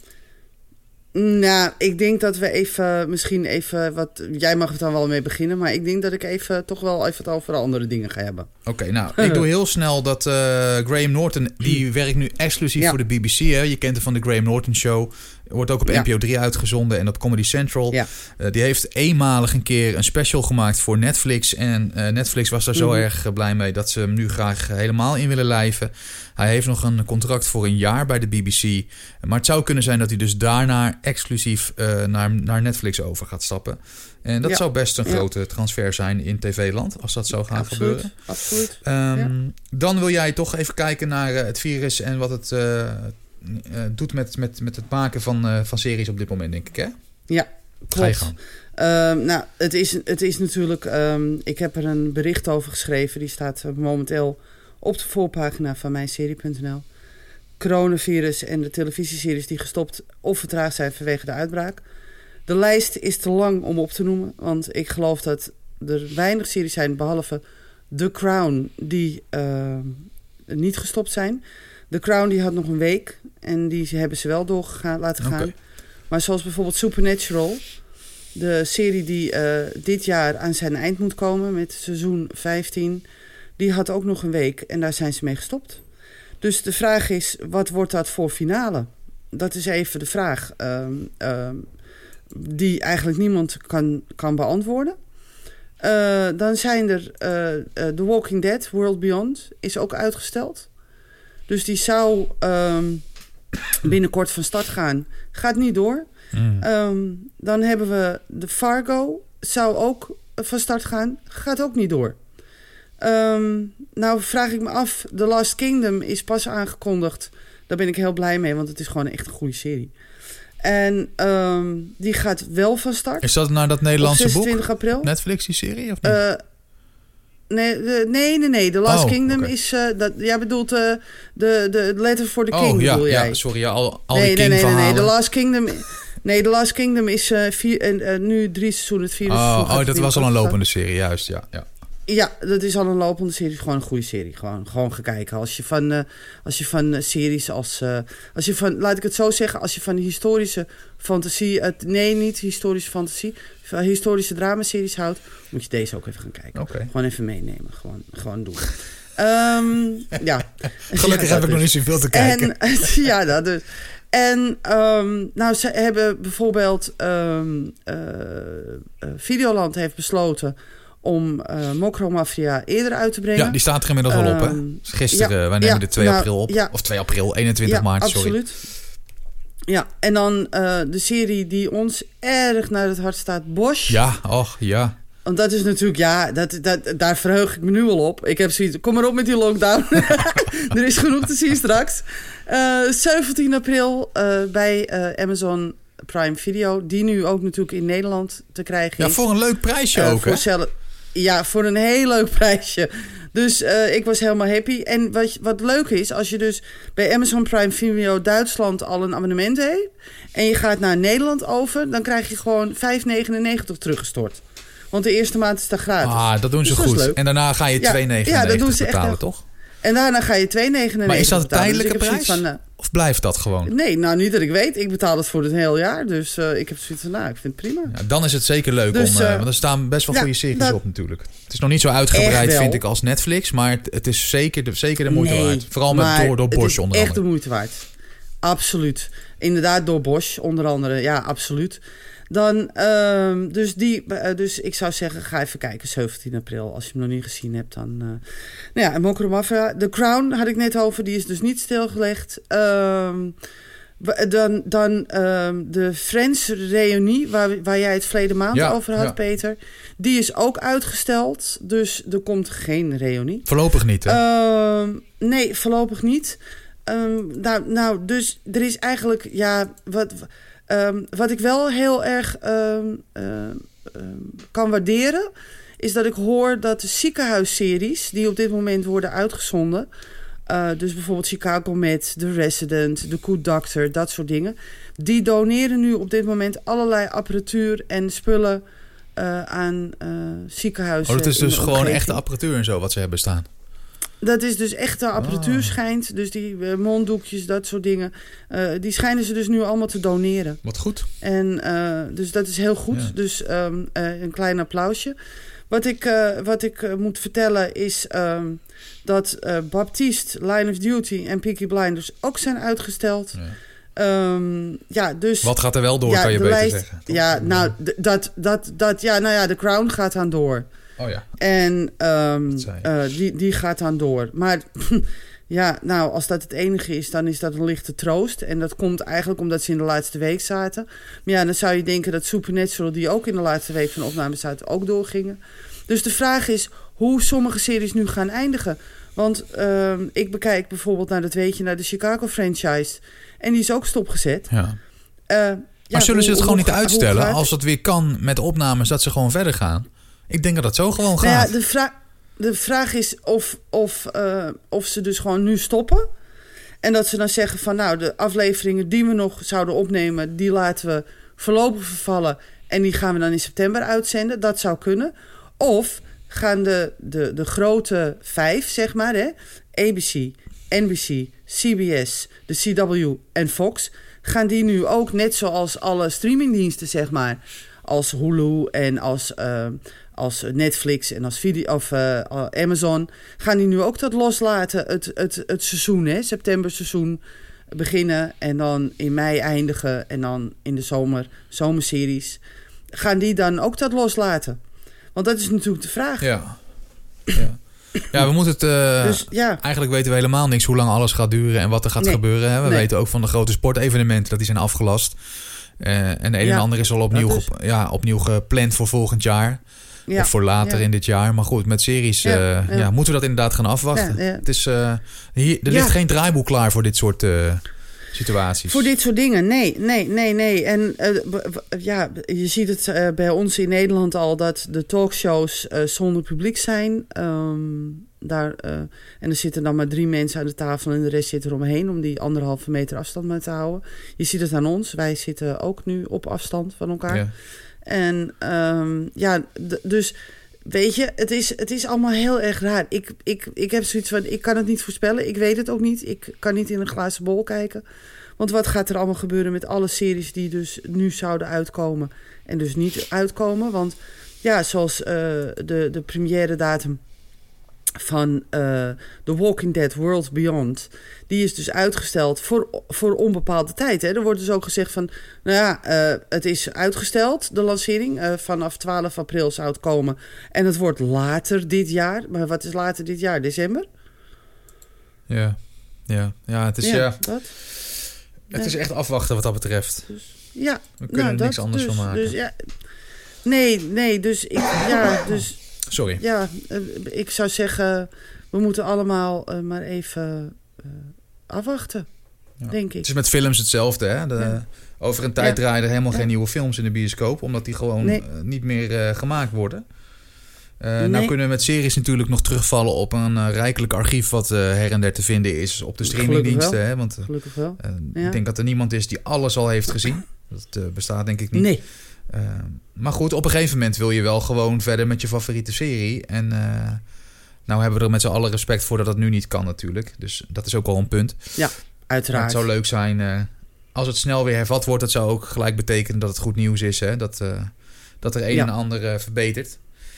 Nou, ik denk dat we even, misschien even wat... Jij mag er dan wel mee beginnen, maar ik denk dat ik even toch wel even het over andere dingen ga hebben. Oké, okay, nou, ik doe heel snel dat uh, Graham Norton, die werkt nu exclusief ja. voor de B B C. Hè? Je kent hem van de Graham Norton Show. Wordt ook op ja. N P O drie uitgezonden en op Comedy Central. Ja. Uh, die heeft eenmalig een keer een special gemaakt voor Netflix. En uh, Netflix was daar zo mm-hmm. erg blij mee dat ze hem nu graag helemaal in willen lijven. Hij heeft nog een contract voor een jaar bij de B B C. Maar het zou kunnen zijn dat hij dus daarna exclusief uh, naar, naar Netflix over gaat stappen. En dat ja. zou best een ja. grote transfer zijn in tv-land, als dat zou gaan absoluut, gebeuren. Absoluut. Um, ja. Dan wil jij toch even kijken naar uh, het virus en wat het... Uh, Uh, doet met, met, met het maken van, uh, van series op dit moment, denk ik, hè? Ja, klopt. Ga je gang. Uh, nou, het is, het is natuurlijk... Um, ik heb er een bericht over geschreven. Die staat uh, momenteel op de voorpagina van mijnserie punt n l. Coronavirus en de televisieseries die gestopt of vertraagd zijn vanwege de uitbraak. De lijst is te lang om op te noemen. Want ik geloof dat er weinig series zijn, behalve The Crown, die uh, niet gestopt zijn. The Crown die had nog een week. En die hebben ze wel doorgegaan laten gaan. Okay. Maar zoals bijvoorbeeld Supernatural, de serie die uh, dit jaar aan zijn eind moet komen met seizoen vijftien, die had ook nog een week en daar zijn ze mee gestopt. Dus de vraag is, wat wordt dat voor finale? Dat is even de vraag uh, uh, die eigenlijk niemand kan, kan beantwoorden. Uh, dan zijn er uh, uh, The Walking Dead, World Beyond, is ook uitgesteld. Dus die zou um, binnenkort van start gaan. Gaat niet door. Mm. Um, dan hebben we de Fargo, zou ook van start gaan. Gaat ook niet door. Um, nou vraag ik me af, The Last Kingdom is pas aangekondigd. Daar ben ik heel blij mee, want het is gewoon echt een goede serie. En um, die gaat wel van start. Is dat nou dat Nederlandse zesentwintig boek? April. Netflix die serie of niet? Uh, nee, de, nee, nee, nee. The Last oh, Kingdom okay. is... Uh, dat, jij bedoelt uh, de, de Letter for the King, oh, ja, bedoel jij? Ja, sorry, ja, al, al nee, die nee, King nee, nee, nee. verhalen. The Last Kingdom... Nee, The Last Kingdom is uh, vier, uh, nu drie seizoenen, het vierde oh, seizoen. Oh, dat was al een lopende serie, juist, ja, ja. Ja, dat is al een lopende serie. Gewoon een goede serie. Gewoon, gewoon gekijken. Als je van, uh, als je van uh, series als... Uh, als je van, laat ik het zo zeggen. Als je van de historische fantasie... Uh, nee, niet historische fantasie. Van historische dramaseries houdt... moet je deze ook even gaan kijken. Okay. Gewoon even meenemen. Gewoon, gewoon doen. Um, ja. Gelukkig ja, heb ik nog niet zoveel te kijken. En, ja, dat dus. En um, nou, ze hebben bijvoorbeeld... Um, uh, uh, Videoland heeft besloten... om uh, Mokromafia eerder uit te brengen. Ja, die staat er inmiddels al op, hè? Um, Gisteren, ja, wij nemen ja, de twee april op. Ja, of twee april, eenentwintig ja, maart, absoluut. sorry. Ja, en dan uh, de serie die ons erg naar het hart staat, Bosch. Ja, och, ja. Want dat is natuurlijk, ja, dat, dat, daar verheug ik me nu al op. Ik heb zoiets, kom maar op met die lockdown. Er is genoeg te zien straks. Uh, zeventien april uh, bij uh, Amazon Prime Video. Die nu ook natuurlijk in Nederland te krijgen is. Ja, voor een leuk prijsje uh, ook, voor hè? Cel- ja, voor een heel leuk prijsje. Dus uh, ik was helemaal happy. En wat, wat leuk is, als je dus bij Amazon Prime Video Duitsland al een abonnement heeft... en je gaat naar Nederland over... dan krijg je gewoon vijf negenennegentig teruggestort. Want de eerste maand is daar gratis. Ah, dat doen ze dus goed. Leuk. En daarna ga je ja, twee negenennegentig ja, dat doen ze betalen, echt toch? En daarna ga je twee negenennegentig Maar is dat een betalen. tijdelijke dus prijs? Van, uh, of blijft dat gewoon? Nee, nou niet dat ik weet. Ik betaal het voor het hele jaar. Dus uh, ik heb zoiets van, nou, ik vind het prima. Ja, dan is het zeker leuk. Dus, om, uh, uh, want er staan best wel ja, goede series dat, op natuurlijk. Het is nog niet zo uitgebreid, vind ik, als Netflix. Maar het, het is zeker de, zeker de moeite nee, waard. Vooral met door, door Bosch onder andere. echt de moeite waard. Absoluut. Inderdaad, door Bosch onder andere. Ja, absoluut. Dan, uh, dus, die, uh, dus ik zou zeggen, ga even kijken, zeventien april. Als je hem nog niet gezien hebt, dan... Uh, nou ja, Mokromafia. The Crown had ik net over, die is dus niet stilgelegd. Uh, dan dan uh, de Friends reunie, waar, waar jij het verleden maand ja, over had, ja. Peter. Die is ook uitgesteld, dus er komt geen reunie. Voorlopig niet, hè? Uh, nee, voorlopig niet. Um, nou, nou, dus er is eigenlijk, ja... wat. Um, wat ik wel heel erg um, um, um, kan waarderen... is dat ik hoor dat de ziekenhuisseries... die op dit moment worden uitgezonden... Uh, dus bijvoorbeeld Chicago Med, The Resident, The Good Doctor... dat soort dingen... die doneren nu op dit moment allerlei apparatuur en spullen... Uh, aan uh, ziekenhuizen. Oh, dat is dus gewoon omgeving. Echte apparatuur en zo wat ze hebben staan? Dat is dus echte apparatuur oh. schijnt. Dus die uh, monddoekjes, dat soort dingen. Uh, die schijnen ze dus nu allemaal te doneren. Wat goed. En uh, dus dat is heel goed. Ja. Dus um, uh, een klein applausje. Wat ik, uh, wat ik uh, moet vertellen is um, dat uh, Baptiste, Line of Duty en Peaky Blinders ook zijn uitgesteld. Ja. Um, ja, dus, wat gaat er wel door, ja, kan je beter lijst, zeggen. Toch? Ja, nou, d- dat, dat, dat, ja, nou ja, The Crown gaat dan door. Oh ja. En um, uh, die, die gaat dan door. Maar ja, nou, als dat het enige is, dan is dat een lichte troost. En dat komt eigenlijk omdat ze in de laatste week zaten. Maar ja, dan zou je denken dat Supernatural, die ook in de laatste week van opname zaten, ook doorgingen. Dus de vraag is hoe sommige series nu gaan eindigen. Want uh, ik bekijk bijvoorbeeld, nou dat weet je, naar de Chicago franchise. En die is ook stopgezet. Ja. Uh, maar ja, zullen ze het hoe, gewoon hoe, niet uitstellen gaat... als het weer kan met opnames, dat ze gewoon verder gaan? Ik denk dat dat zo gewoon gaat. Nou ja, de, vra- de vraag is of, of, uh, of ze dus gewoon nu stoppen. En dat ze dan zeggen van nou, de afleveringen die we nog zouden opnemen, die laten we voorlopig vervallen en die gaan we dan in september uitzenden. Dat zou kunnen. Of gaan de, de, de grote vijf, zeg maar, hè, A B C, N B C, C B S, de C W en Fox, gaan die nu ook, net zoals alle streamingdiensten, zeg maar, als Hulu en als, uh, als Netflix en als video, of uh, Amazon, gaan die nu ook dat loslaten, het, het, het seizoen, hè, september seizoen beginnen en dan in mei eindigen en dan in de zomer, zomerseries. Gaan die dan ook dat loslaten? Want dat is natuurlijk de vraag. Ja, ja. ja we moeten het... Uh, dus, ja. Eigenlijk weten we helemaal niks hoe lang alles gaat duren en wat er gaat nee. gebeuren. Hè? We nee. weten ook van de grote sportevenementen dat die zijn afgelast. Uh, en de een ja. en ander is al opnieuw, dus. ge, ja, opnieuw gepland voor volgend jaar. Ja. Of voor later ja. in dit jaar. Maar goed, met series ja. Uh, ja. Ja, moeten we dat inderdaad gaan afwachten. Ja, ja. Het is, uh, hier, er ligt ja. geen draaiboek klaar voor dit soort... Uh, situaties. Voor dit soort dingen, nee, nee, nee, nee. En uh, ja, je ziet het uh, bij ons in Nederland al dat de talkshows uh, zonder publiek zijn. Um, daar, uh, en er zitten dan maar drie mensen aan de tafel en de rest zit eromheen om die anderhalve meter afstand maar te houden. Je ziet het aan ons. Wij zitten ook nu op afstand van elkaar. Ja. En um, ja, d- dus weet je, het is, het is allemaal heel erg raar. Ik, ik, ik heb zoiets van, ik kan het niet voorspellen. Ik weet het ook niet. Ik kan niet in een glazen bol kijken. Want wat gaat er allemaal gebeuren met alle series die dus nu zouden uitkomen en dus niet uitkomen? Want ja, zoals uh, de, de première datum van uh, The Walking Dead World Beyond, die is dus uitgesteld voor, voor onbepaalde tijd. Hè. Er wordt dus ook gezegd van, nou ja, uh, het is uitgesteld, de lancering. Uh, vanaf twaalf april zou het komen. En het wordt later dit jaar. Maar wat is later dit jaar? December? Ja, ja, ja het is... Ja, ja. Dat? Het ja. is echt afwachten wat dat betreft. Dus, ja, we kunnen nou, er niks dat, anders dus, van maken. Dus, ja, nee, nee, dus ik... Ja, dus... Sorry. Ja, uh, ik zou zeggen, we moeten allemaal uh, maar even uh, afwachten, ja. denk ik. Het is met films hetzelfde, hè? De, ja. Over een tijd ja. draaien er helemaal ja. geen nieuwe films in de bioscoop, omdat die gewoon nee. uh, niet meer uh, gemaakt worden. Uh, nee. Nou kunnen we met series natuurlijk nog terugvallen op een uh, rijkelijk archief wat uh, her en der te vinden is op de streamingdiensten. Hè? Want uh, Gelukkig wel. Uh, ja. Ik denk dat er niemand is die alles al heeft gezien. Dat uh, bestaat denk ik niet. Nee. Uh, maar goed, op een gegeven moment wil je wel gewoon verder met je favoriete serie. En uh, nou hebben we er met z'n allen respect voor dat dat nu niet kan natuurlijk. Dus dat is ook al een punt. Ja, uiteraard. Maar het zou leuk zijn uh, als het snel weer hervat wordt. Dat zou ook gelijk betekenen dat het goed nieuws is. Hè? Dat, uh, dat er een ja. en ander uh, verbetert.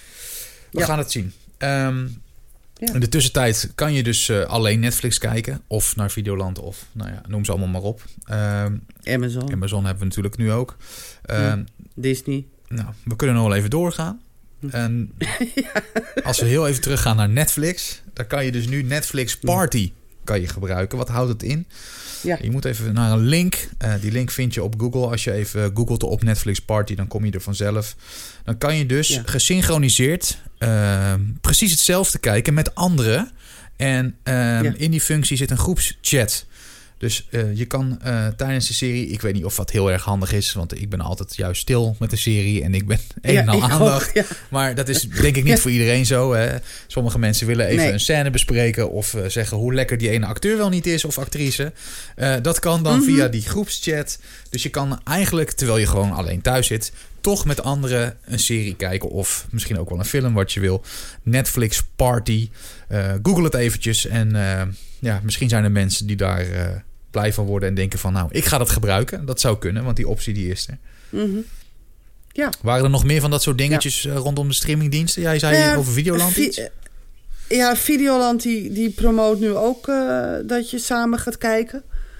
We ja. gaan het zien. Um, ja. In de tussentijd kan je dus uh, alleen Netflix kijken. Of naar Videoland of nou ja, noem ze allemaal maar op. Um, Amazon. Amazon hebben we natuurlijk nu ook. Um, ja. Disney. Nou, we kunnen nog wel even doorgaan. En ja. als we heel even teruggaan naar Netflix. Dan kan je dus nu Netflix Party kan je gebruiken. Wat houdt het in? Ja. Je moet even naar een link. Uh, die link vind je op Google. Als je even googelt op Netflix Party, dan kom je er vanzelf. Dan kan je dus ja. gesynchroniseerd uh, precies hetzelfde kijken met anderen. En uh, ja. in die functie zit een groepschat. Dus uh, je kan uh, tijdens de serie... Ik weet niet of dat heel erg handig is... want ik ben altijd juist stil met de serie... en ik ben een ja, en al aandacht. Ook, ja. Maar dat is denk ik niet ja. voor iedereen zo. Hè. Sommige mensen willen even nee. een scène bespreken... of uh, zeggen hoe lekker die ene acteur wel niet is... of actrice. Uh, dat kan dan mm-hmm. via die groepschat. Dus je kan eigenlijk, terwijl je gewoon alleen thuis zit... toch met anderen een serie kijken... of misschien ook wel een film wat je wil. Netflix Party. Uh, Google het eventjes en... Uh, ja, misschien zijn er mensen die daar uh, blij van worden en denken van... nou, ik ga dat gebruiken. Dat zou kunnen, want die optie die is er. Mm-hmm. Ja. Waren er nog meer van dat soort dingetjes ja. rondom de streamingdiensten? Jij zei ja, over Videoland vi- iets? Ja, Videoland die, die promoot nu ook uh, dat je samen gaat kijken.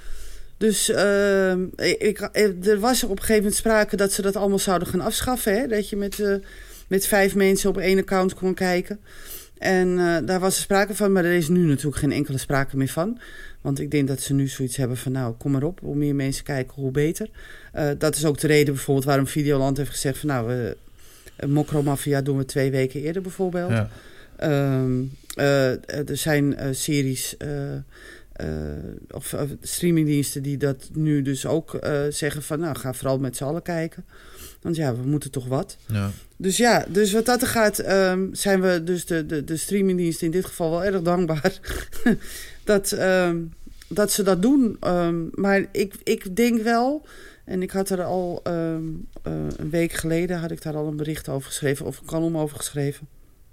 Dus uh, ik, er was op een gegeven moment sprake dat ze dat allemaal zouden gaan afschaffen. Hè? Dat je met, uh, met vijf mensen op één account kon kijken. En uh, daar was er sprake van, maar er is nu natuurlijk geen enkele sprake meer van. Want ik denk dat ze nu zoiets hebben van, nou, kom maar op. Hoe meer mensen kijken, hoe beter. Uh, dat is ook de reden bijvoorbeeld waarom Videoland heeft gezegd van, nou, uh, Mokromafia doen we twee weken eerder bijvoorbeeld. Ja. Um, uh, er zijn uh, series uh, uh, of uh, streamingdiensten die dat nu dus ook uh, zeggen van, nou, ga vooral met z'n allen kijken. Want ja, we moeten toch wat. Ja. Dus ja, dus wat dat er gaat, um, zijn we dus de, de, de streamingdiensten in dit geval wel erg dankbaar dat, um, dat ze dat doen. Um, maar ik, ik denk wel, En ik had er al um, uh, een week geleden had ik daar al een bericht over geschreven, of een column over geschreven.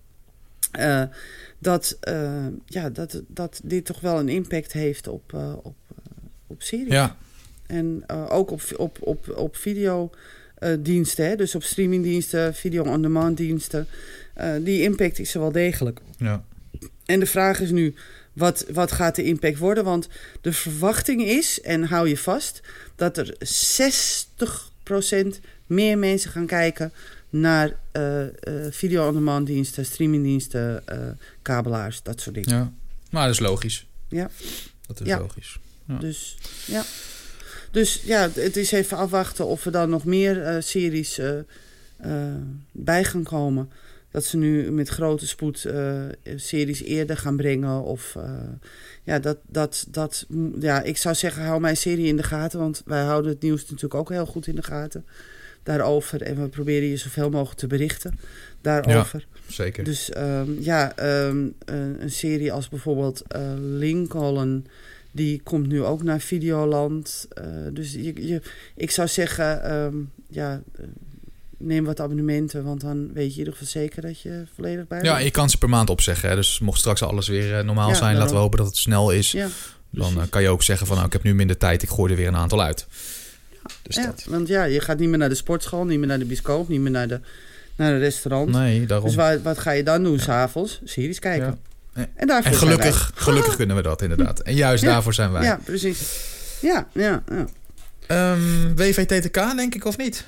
Uh, dat, uh, ja, dat, dat dit toch wel een impact heeft op, uh, op, uh, op series. Ja. En uh, ook op, op, op, op videodiensten, uh, dus op streamingdiensten, video-on-demand diensten. Uh, die impact is er wel degelijk. Ja. En de vraag is nu, wat, wat gaat de impact worden? Want de verwachting is, en hou je vast, dat er zestig procent meer mensen gaan kijken naar uh, uh, video-on-demand diensten, streamingdiensten, uh, kabelaars, dat soort dingen. Ja, maar dat is logisch. Ja. Dat is ja. logisch. Ja. Dus ja. Dus ja, het is even afwachten of er dan nog meer uh, series uh, uh, bij gaan komen. Dat ze nu met grote spoed uh, series eerder gaan brengen. Of uh, ja, dat, dat, dat, ja, ik zou zeggen, hou mijn serie in de gaten. Want wij houden het nieuws natuurlijk ook heel goed in de gaten. Daarover. En we proberen je zoveel mogelijk te berichten daarover. Ja, zeker. Dus um, ja, um, uh, een serie als bijvoorbeeld uh, Lincoln, die komt nu ook naar Videoland. Uh, dus je, je, ik zou zeggen, um, ja, uh, neem wat abonnementen, want dan weet je in ieder geval zeker dat je volledig bij bent. Ja, je kan ze per maand opzeggen. Hè? Dus mocht straks alles weer uh, normaal ja, zijn, laten we hopen dat het snel is. Ja, dan uh, kan je ook zeggen van, nou, ik heb nu minder tijd, ik gooi er weer een aantal uit. Dus ja, dat. Want ja, je gaat niet meer naar de sportschool, niet meer naar de bioscoop, niet meer naar de, naar een restaurant. Nee, daarom. Dus waar, wat ga je dan doen? 's Avonds series kijken. Ja. En, en, daarvoor en gelukkig, gelukkig kunnen we dat inderdaad. En juist ja, daarvoor zijn wij. Ja, precies. Ja, ja, ja. Um, W V T T K, denk ik, of niet?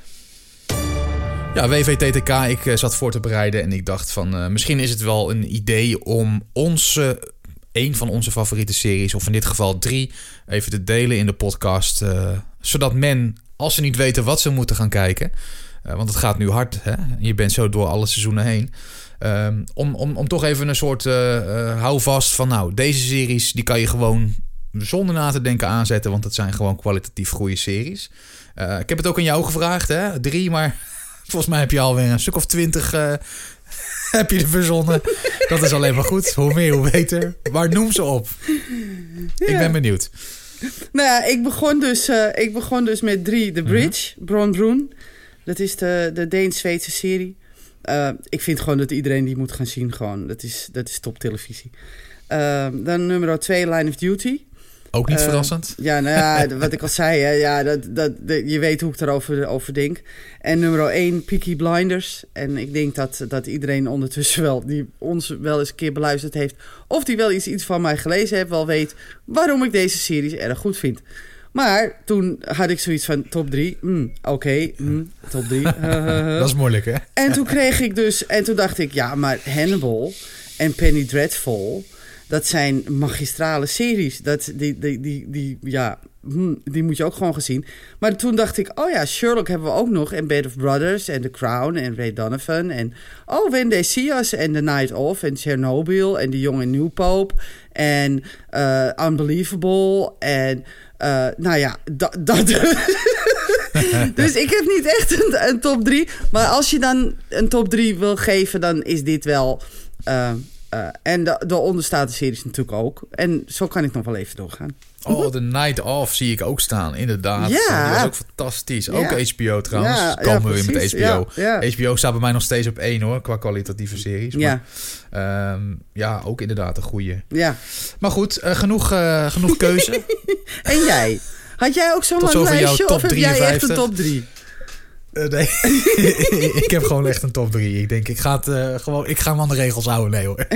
Ja, W V T T K, ik uh, zat voor te bereiden en ik dacht van... Uh, misschien is het wel een idee om onze... een van onze favoriete series, of in dit geval drie... even te delen in de podcast. Uh, zodat men, als ze niet weten wat ze moeten gaan kijken... Uh, want het gaat nu hard, hè? Je bent zo door alle seizoenen heen... Um, om, om, om toch even een soort uh, uh, houvast van... nou, deze series die kan je gewoon zonder na te denken aanzetten... want het zijn gewoon kwalitatief goede series. Uh, ik heb het ook aan jou gevraagd, hè? Drie, maar volgens mij heb je alweer een stuk of twintig... Uh, heb je er verzonnen. Dat is alleen maar goed. Hoe meer, hoe beter. Maar noem ze op. Ja. Ik ben benieuwd. Nou ja, ik begon dus, uh, ik begon dus met drie. The Bridge, mm-hmm. Bron Broen. Dat is de, de Deens-Zweedse serie. Uh, ik vind gewoon dat iedereen die moet gaan zien. Gewoon. Dat is, dat is top televisie. Uh, dan nummer twee, Line of Duty. Ook niet uh, verrassend. Ja, nou ja, wat ik al zei. Hè, ja, dat, dat, dat, je weet hoe ik erover over denk. En nummer één, Peaky Blinders. En ik denk dat, dat iedereen ondertussen wel... die ons wel eens een keer beluisterd heeft... of die wel iets, iets van mij gelezen heeft... wel weet waarom ik deze series erg goed vind. Maar toen had ik zoiets van top drie. Mm, Oké, okay, mm, top drie. Uh, dat is moeilijk, hè? En toen kreeg ik dus... En toen dacht ik, ja, maar Hannibal en Penny Dreadful... dat zijn magistrale series. Dat, die, die, die, die, ja, die moet je ook gewoon gaan zien. Maar toen dacht ik, oh ja, Sherlock hebben we ook nog. En Band of Brothers en The Crown en Ray Donovan. En oh, When They See Us en The Night Of en Chernobyl en The Young and New Pope. En uh, Unbelievable. En uh, nou ja, dat... dat dus ik heb niet echt een, een top drie. Maar als je dan een top drie wil geven, dan is dit wel... Uh, Uh, en de, de onderstaande series natuurlijk ook. En zo kan ik nog wel even doorgaan. Oh, The Night Of zie ik ook staan, inderdaad. Ja. Die was ook fantastisch. Ook ja. H B O trouwens. Ja, Komen ja, we weer met H B O. Ja, ja. H B O staat bij mij nog steeds op één hoor, qua kwalitatieve series. Maar, ja. Um, ja, ook inderdaad een goeie. Ja. Maar goed, uh, genoeg, uh, genoeg keuze. En jij? Had jij ook zo'n lang lijstje of heb jij echt een top drie? Uh, nee, ik heb gewoon echt een top drie. Ik denk, ik ga, het, uh, gewoon, ik ga me aan de regels houden. Nee hoor.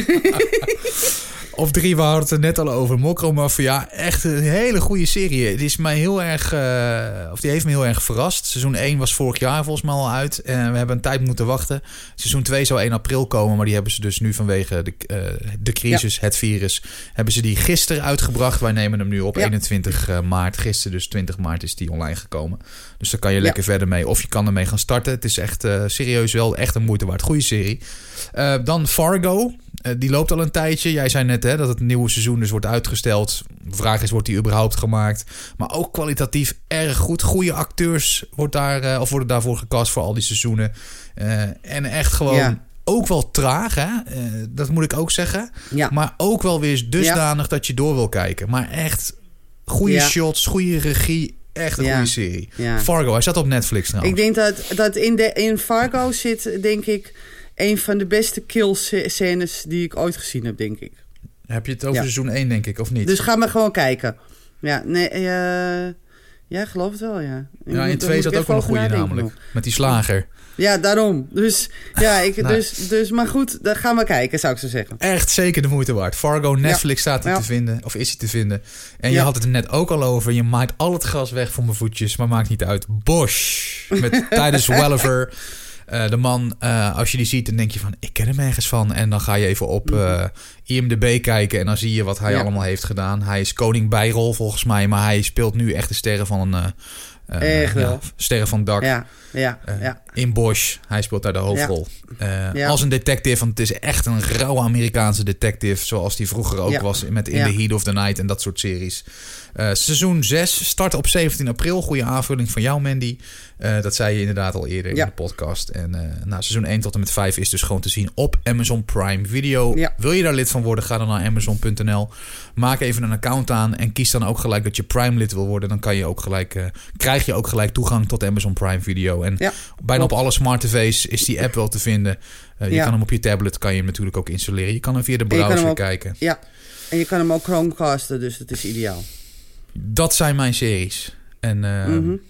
Op drie, we hadden het er net al over. Mokromafia, echt een hele goede serie. Het is mij heel erg, uh, of die heeft me heel erg verrast. Seizoen één was vorig jaar volgens mij al uit. En we hebben een tijd moeten wachten. Seizoen twee zou één april komen. Maar die hebben ze dus nu vanwege de, uh, de crisis, ja. het virus... hebben ze die gisteren uitgebracht. Wij nemen hem nu op ja. eenentwintig maart. Gisteren dus twintig maart is die online gekomen. Dus daar kan je lekker ja. verder mee. Of je kan ermee gaan starten. Het is echt uh, serieus wel echt een moeite waard. Goeie serie. Uh, dan Fargo. Uh, die loopt al een tijdje. Jij zei net hè, dat het nieuwe seizoen dus wordt uitgesteld. De vraag is, wordt die überhaupt gemaakt? Maar ook kwalitatief erg goed. Goede acteurs wordt daar, uh, of worden daarvoor gecast voor al die seizoenen. Uh, en echt gewoon... Ja. Ook wel traag, hè? Uh, dat moet ik ook zeggen. Ja. Maar ook wel weer dusdanig ja. dat je door wil kijken. Maar echt goede ja. shots, goede regie... echt een Ja. goede serie. Ja. Fargo, hij zat op Netflix trouwens. Ik denk dat, dat in, de, in Fargo zit, denk ik, een van de beste kill scènes die ik ooit gezien heb, denk ik. Heb je het over Ja. seizoen één, denk ik, of niet? Dus ga maar gewoon kijken. Ja, nee, uh, ja, geloof het wel, ja. Ik ja, in moet- twee daar zat moet ook ik wel een even goede over nadenken namelijk. nog. Met die slager. Ja, daarom. Dus, ja, ik, Nou. dus, dus, maar goed, dan gaan we kijken, zou ik zo zeggen. Echt zeker de moeite waard. Fargo, Netflix Ja. staat hij Ja. te vinden. Of is hij te vinden. En je Ja. had het er net ook al over. Je maait al het gras weg voor mijn voetjes. Maar maakt niet uit. Bosch. Met Titus Welliver. Uh, de man, uh, als je die ziet, dan denk je van... ik ken hem ergens van. En dan ga je even op uh, I M D B kijken... en dan zie je wat hij Ja. allemaal heeft gedaan. Hij is koning bijrol volgens mij... maar hij speelt nu echt de sterren van een... Uh, uh, Echt wel. ja, sterren van het dak. Ja, ja, Uh, ja. In Bosch. Hij speelt daar de hoofdrol. Ja. Uh, ja. Als een detective, want het is echt een rauwe Amerikaanse detective... zoals die vroeger ook ja. was met In ja. the Heat of the Night en dat soort series. Uh, seizoen zes start op zeventien april. Goede aanvulling van jou, Mandy. Uh, dat zei je inderdaad al eerder ja. in de podcast. En uh, nou, seizoen één tot en met vijf is dus gewoon te zien op Amazon Prime Video. Ja. Wil je daar lid van worden, ga dan naar amazon punt n l. Maak even een account aan en kies dan ook gelijk dat je Prime lid wil worden. Dan kan je ook gelijk, uh, krijg je ook gelijk toegang tot Amazon Prime Video. En ja, bijna op alle smart tv's is die app wel te vinden. Uh, je ja. kan hem op je tablet, kan je hem natuurlijk ook installeren. Je kan hem via de browser ook, kijken. Ja, en je kan hem ook Chromecasten, dus dat is ideaal. Dat zijn mijn series. En uh, mm-hmm.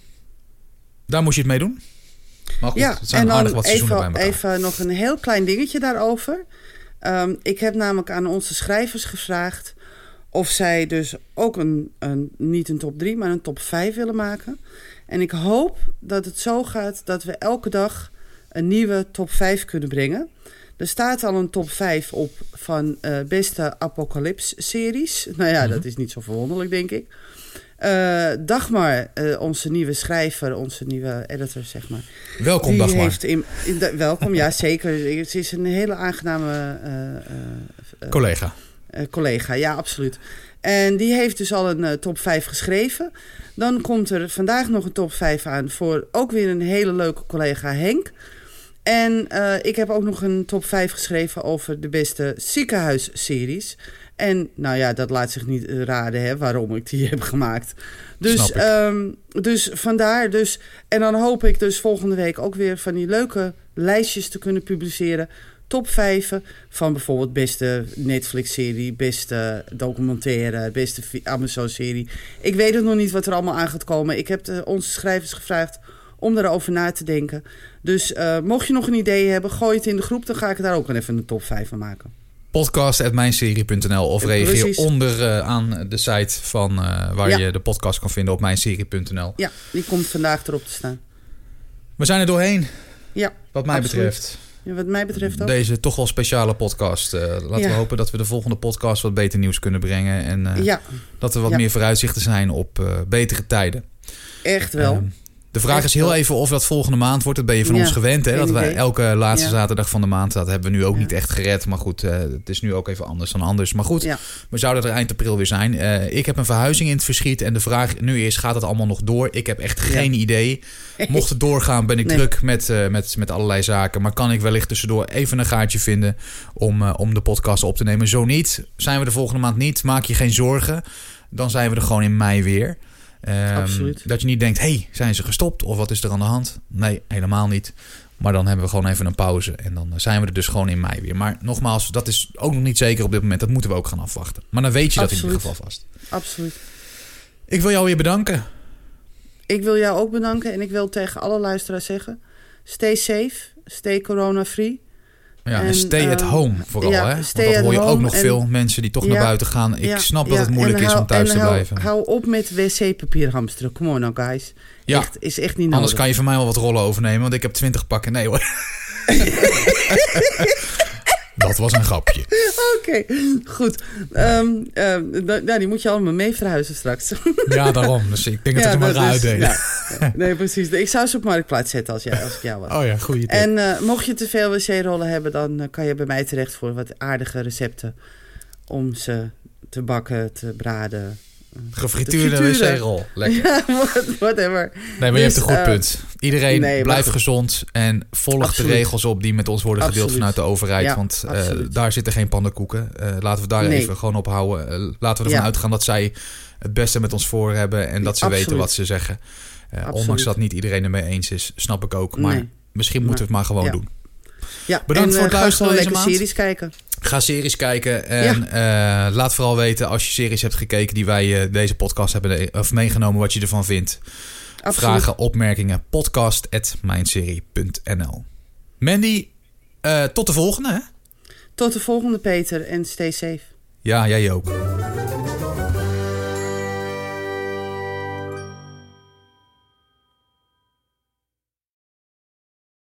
daar moest je het mee doen. Maar goed, ja, het zijn en dan aardig wat seizoenen even, bij elkaar. Even nog een heel klein dingetje daarover. Um, ik heb namelijk aan onze schrijvers gevraagd... of zij dus ook een, een niet een top drie, maar een top vijf willen maken. En ik hoop dat het zo gaat dat we elke dag een nieuwe top vijf kunnen brengen. Er staat al een top vijf op van uh, beste Apocalypse-series. Nou ja, mm-hmm. dat is niet zo verwonderlijk, denk ik. Uh, Dagmar, uh, onze nieuwe schrijver, onze nieuwe editor, zeg maar. Welkom, die Dagmar. Heeft in, in de, welkom, ja, zeker. Ze is een hele aangename uh, uh, collega. Uh, collega, ja, absoluut. En die heeft dus al een uh, top vijf geschreven. Dan komt er vandaag nog een top vijf aan voor ook weer een hele leuke collega Henk. En uh, ik heb ook nog een top vijf geschreven over de beste ziekenhuisseries. En nou ja, dat laat zich niet raden hè, waarom ik die heb gemaakt. Dus, um, dus vandaar. Dus, en dan hoop ik dus volgende week ook weer van die leuke lijstjes te kunnen publiceren. Top vijf van bijvoorbeeld beste Netflix-serie, beste documentaire, beste Amazon-serie. Ik weet het nog niet wat er allemaal aan gaat komen. Ik heb de, onze schrijvers gevraagd om erover na te denken. Dus uh, mocht je nog een idee hebben, gooi het in de groep. Dan ga ik daar ook even een top vijf van maken. podcast at mijnserie punt n l of reageer Precies. onder uh, aan de site van uh, waar ja. je de podcast kan vinden op mijnserie punt n l. Ja, die komt vandaag erop te staan. We zijn er doorheen. Ja, wat mij absoluut. betreft. Ja, wat mij betreft ook. Deze toch wel speciale podcast. Uh, laten ja. we hopen dat we de volgende podcast wat beter nieuws kunnen brengen. En uh, ja. dat er wat ja. meer vooruitzichten zijn op uh, betere tijden. Echt wel. Um, De vraag Echt is heel wel. even of dat volgende maand wordt. Dat ben je van ja, ons gewend. Hè? Dat we elke laatste ja. zaterdag van de maand... dat hebben we nu ook ja. niet echt gered. Maar goed, uh, het is nu ook even anders dan anders. Maar goed, ja. we zouden er eind april weer zijn. Uh, ik heb een verhuizing in het verschiet. En de vraag nu is, gaat het allemaal nog door? Ik heb echt geen ja. idee. Mocht het doorgaan, ben ik nee. druk met, uh, met, met allerlei zaken. Maar kan ik wellicht tussendoor even een gaatje vinden... om, uh, om de podcast op te nemen? Zo niet. Zijn we de volgende maand niet? Maak je geen zorgen. Dan zijn we er gewoon in mei weer... Um, dat je niet denkt, hé, hey, zijn ze gestopt? Of wat is er aan de hand? Nee, helemaal niet. Maar dan hebben we gewoon even een pauze. En dan zijn we er dus gewoon in mei weer. Maar nogmaals, dat is ook nog niet zeker op dit moment. Dat moeten we ook gaan afwachten. Maar dan weet je Absoluut. dat in ieder geval vast. Absoluut. Ik wil jou weer bedanken. Ik wil jou ook bedanken. En ik wil tegen alle luisteraars zeggen... stay safe, stay corona-free. Ja, en, en stay at home vooral, ja, hè? Want dat hoor je ook nog en, veel mensen die toch ja, naar buiten gaan. Ik ja, snap dat ja, het moeilijk hou, is om thuis te hou, blijven. Hou op met wc-papier hamsteren. Come on nou, guys. Ja, echt, is echt niet nodig. Anders kan je van mij wel wat rollen overnemen, want ik heb twintig pakken. Nee hoor. Dat was een grapje. Oké, okay, goed. Um, um, nou, die moet je allemaal mee verhuizen straks. Ja, daarom. Dus ik denk dat ja, ik hem maar ga uitdelen. Ja, nee, precies. Ik zou ze op marktplaats zetten als, jij, als ik jou was. Oh ja, goeie tip. En uh, mocht je te veel wc-rollen hebben, dan uh, kan je bij mij terecht voor wat aardige recepten. Om ze te bakken, te braden, Gefrituurde wc-rol. Lekker. Ja, whatever. Nee, maar dus, je hebt een goed uh, punt. Iedereen nee, blijft goed. gezond en volg Absoluut. de regels op die met ons worden gedeeld Absoluut. vanuit de overheid. Ja, want uh, absoluut. daar zitten geen pannenkoeken. Uh, laten we daar Nee. even gewoon op houden. Uh, laten we ervan Ja. uitgaan dat zij het beste met ons voor hebben en dat ze Absoluut. weten wat ze zeggen. Uh, ondanks dat niet iedereen ermee eens is, snap ik ook. Maar Nee. misschien moeten we het maar gewoon Ja. doen. Ja, Bedankt en, voor het uh, luisteren ga deze gewoon maand. lekker series kijken. Ga series kijken en ja. uh, laat vooral weten als je series hebt gekeken die wij uh, deze podcast hebben of meegenomen, wat je ervan vindt. Absoluut. Vragen, opmerkingen, podcast at mijnserie punt n l. Mandy, uh, tot de volgende. Hè? Tot de volgende, Peter, en stay safe. Ja, jij ook.